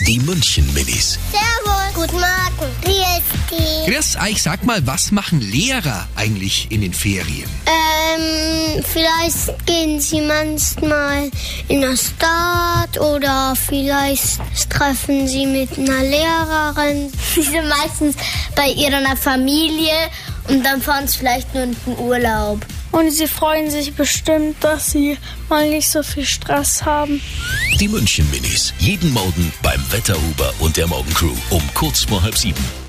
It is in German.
Die München-Minis. Servus. Guten Morgen. Wie ist die? Grüß euch, sag mal, was machen Lehrer eigentlich in den Ferien? Vielleicht gehen sie manchmal in der Stadt oder vielleicht treffen sie mit einer Lehrerin. Sie sind meistens bei ihrer Familie und dann fahren sie vielleicht nur in den Urlaub. Und sie freuen sich bestimmt, dass sie mal nicht so viel Stress haben. Die München-Minis. Jeden Morgen beim Wetterhuber und der Morgencrew um kurz vor 6:30.